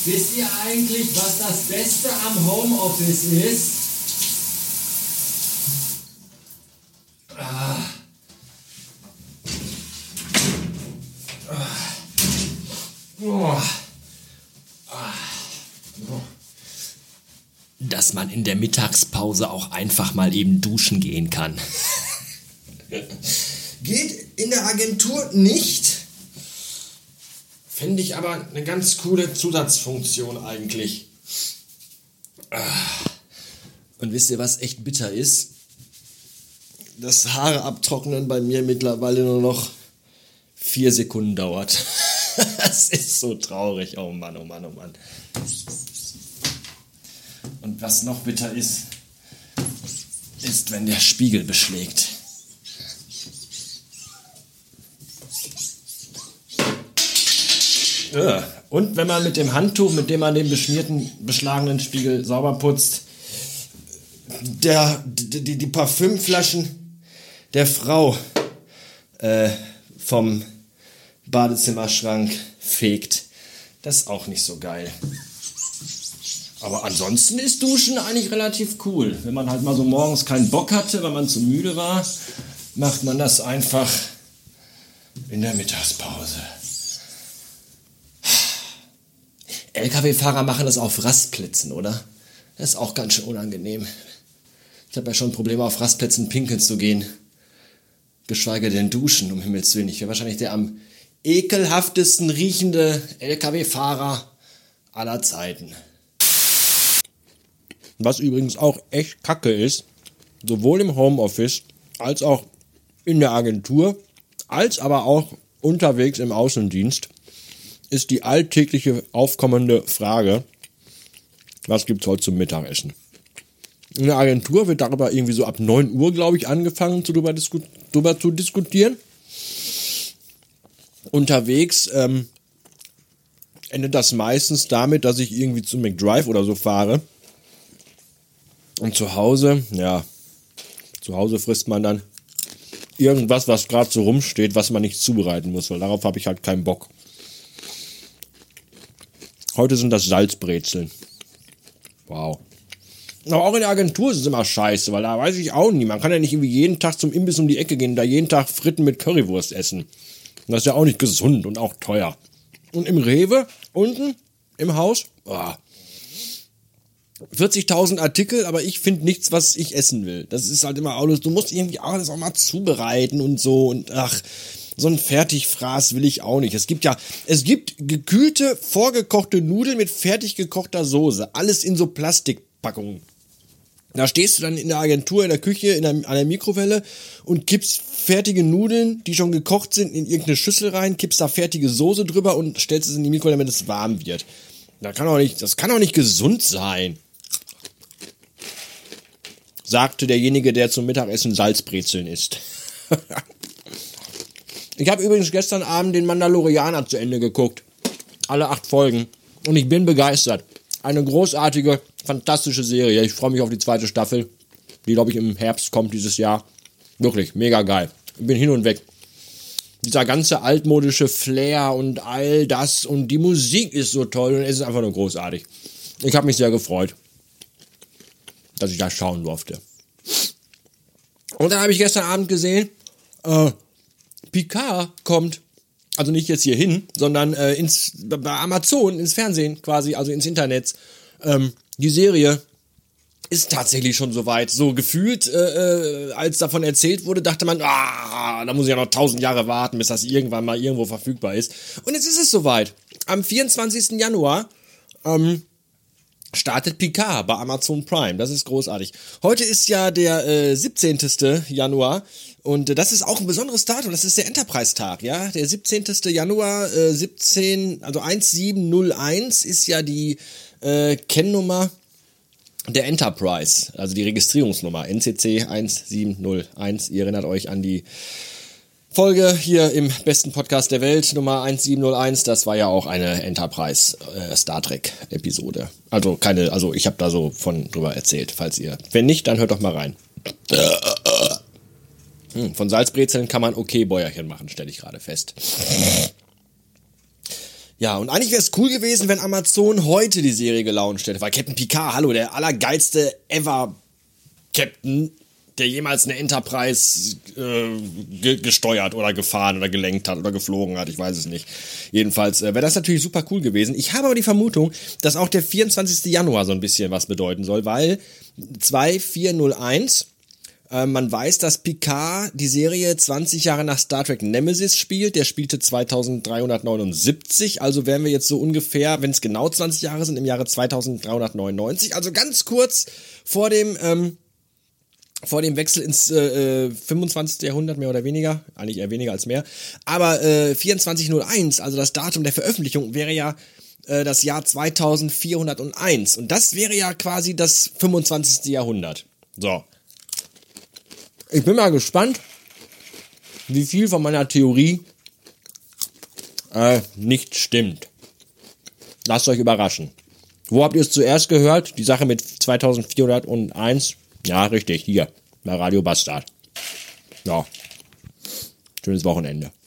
Wisst ihr eigentlich, was das Beste am Homeoffice ist? Dass man in der Mittagspause auch einfach mal eben duschen gehen kann. Geht in der Agentur nicht? Finde ich aber eine ganz coole Zusatzfunktion eigentlich. Und wisst ihr, was echt bitter ist? Das Haare abtrocknen bei mir mittlerweile nur noch 4 Sekunden dauert. Das ist so traurig. Oh Mann, oh Mann, oh Mann. Und was noch bitter ist, wenn der Spiegel beschlägt. Und wenn man mit dem Handtuch, mit dem man den beschlagenen Spiegel sauber putzt, die Parfümflaschen der Frau vom Badezimmerschrank fegt. Das ist auch nicht so geil. Aber ansonsten ist Duschen eigentlich relativ cool. Wenn man halt mal so morgens keinen Bock hatte, weil man zu müde war, macht man das einfach in der Mittagspause. LKW-Fahrer machen das auf Rastplätzen, oder? Das ist auch ganz schön unangenehm. Ich habe ja schon Probleme, auf Rastplätzen pinkeln zu gehen. Geschweige denn duschen, um Himmels Willen. Ich wäre wahrscheinlich der am ekelhaftesten riechende LKW-Fahrer aller Zeiten. Was übrigens auch echt kacke ist, sowohl im Homeoffice als auch in der Agentur, als aber auch unterwegs im Außendienst, ist die alltägliche aufkommende Frage, was gibt's heute zum Mittagessen? In der Agentur wird darüber irgendwie so ab 9 Uhr, glaube ich, angefangen darüber zu diskutieren. Unterwegs endet das meistens damit, dass ich irgendwie zu McDrive oder so fahre. Und zu Hause frisst man dann irgendwas, was gerade so rumsteht, was man nicht zubereiten muss, weil darauf habe ich halt keinen Bock. Heute sind das Salzbrezeln. Wow. Aber auch in der Agentur ist es immer scheiße, weil da weiß ich auch nie. Man kann ja nicht irgendwie jeden Tag zum Imbiss um die Ecke gehen und da jeden Tag Fritten mit Currywurst essen. Das ist ja auch nicht gesund und auch teuer. Und im Rewe, unten, im Haus, 40.000 Artikel, aber ich finde nichts, was ich essen will. Das ist halt immer alles, du musst irgendwie alles auch mal zubereiten und so und so ein Fertigfraß will ich auch nicht. Es gibt gekühlte, vorgekochte Nudeln mit fertig gekochter Soße. Alles in so Plastikpackungen. Da stehst du dann in der Agentur, in der Küche, an der Mikrowelle und kippst fertige Nudeln, die schon gekocht sind, in irgendeine Schüssel rein, kippst da fertige Soße drüber und stellst es in die Mikrowelle, damit es warm wird. Das kann doch nicht gesund sein. Sagte derjenige, der zum Mittagessen Salzbrezeln isst. Ich habe übrigens gestern Abend den Mandalorianer zu Ende geguckt. Alle 8 Folgen. Und ich bin begeistert. Eine großartige, fantastische Serie. Ich freue mich auf die 2. Staffel. Die, glaube ich, im Herbst kommt dieses Jahr. Wirklich, mega geil. Ich bin hin und weg. Dieser ganze altmodische Flair und all das. Und die Musik ist so toll. Und es ist einfach nur großartig. Ich habe mich sehr gefreut, dass ich das schauen durfte. Und dann habe ich gestern Abend gesehen, Picard kommt, also nicht jetzt hier hin, sondern bei Amazon, ins Fernsehen quasi, also ins Internet. Die Serie ist tatsächlich schon soweit. So gefühlt, als davon erzählt wurde, dachte man, da muss ich ja noch 1000 Jahre warten, bis das irgendwann mal irgendwo verfügbar ist. Und jetzt ist es soweit. Am 24. Januar startet Picard bei Amazon Prime. Das ist großartig. Heute ist ja der 17. Januar und das ist auch ein besonderes Datum. Das ist der Enterprise-Tag, ja. Der 17. Januar 1701 ist ja die Kennnummer der Enterprise, also die Registrierungsnummer NCC 1701. Ihr erinnert euch an die Folge hier im besten Podcast der Welt, Nummer 1701, das war ja auch eine Enterprise Star Trek Episode. Also ich habe da so drüber erzählt, wenn nicht, dann hört doch mal rein. Von Salzbrezeln kann man okay Bäuerchen machen, stelle ich gerade fest. Ja, und eigentlich wäre es cool gewesen, wenn Amazon heute die Serie gelauncht hätte, weil Captain Picard, hallo, der allergeilste ever Captain, der jemals eine Enterprise gesteuert oder gefahren oder gelenkt hat oder geflogen hat, ich weiß es nicht. Jedenfalls wäre das natürlich super cool gewesen. Ich habe aber die Vermutung, dass auch der 24. Januar so ein bisschen was bedeuten soll, weil 2401, man weiß, dass Picard die Serie 20 Jahre nach Star Trek Nemesis spielt. Der spielte 2379, also wären wir jetzt so ungefähr, wenn es genau 20 Jahre sind, im Jahre 2399, also ganz kurz vor dem Wechsel ins 25. Jahrhundert, mehr oder weniger, eigentlich eher weniger als mehr, aber 2401, also das Datum der Veröffentlichung, wäre ja das Jahr 2401 und das wäre ja quasi das 25. Jahrhundert. So. Ich bin mal gespannt, wie viel von meiner Theorie nicht stimmt. Lasst euch überraschen. Wo habt ihr es zuerst gehört? Die Sache mit 2401? Ja, richtig, hier, bei Radio Bastard. Ja, schönes Wochenende.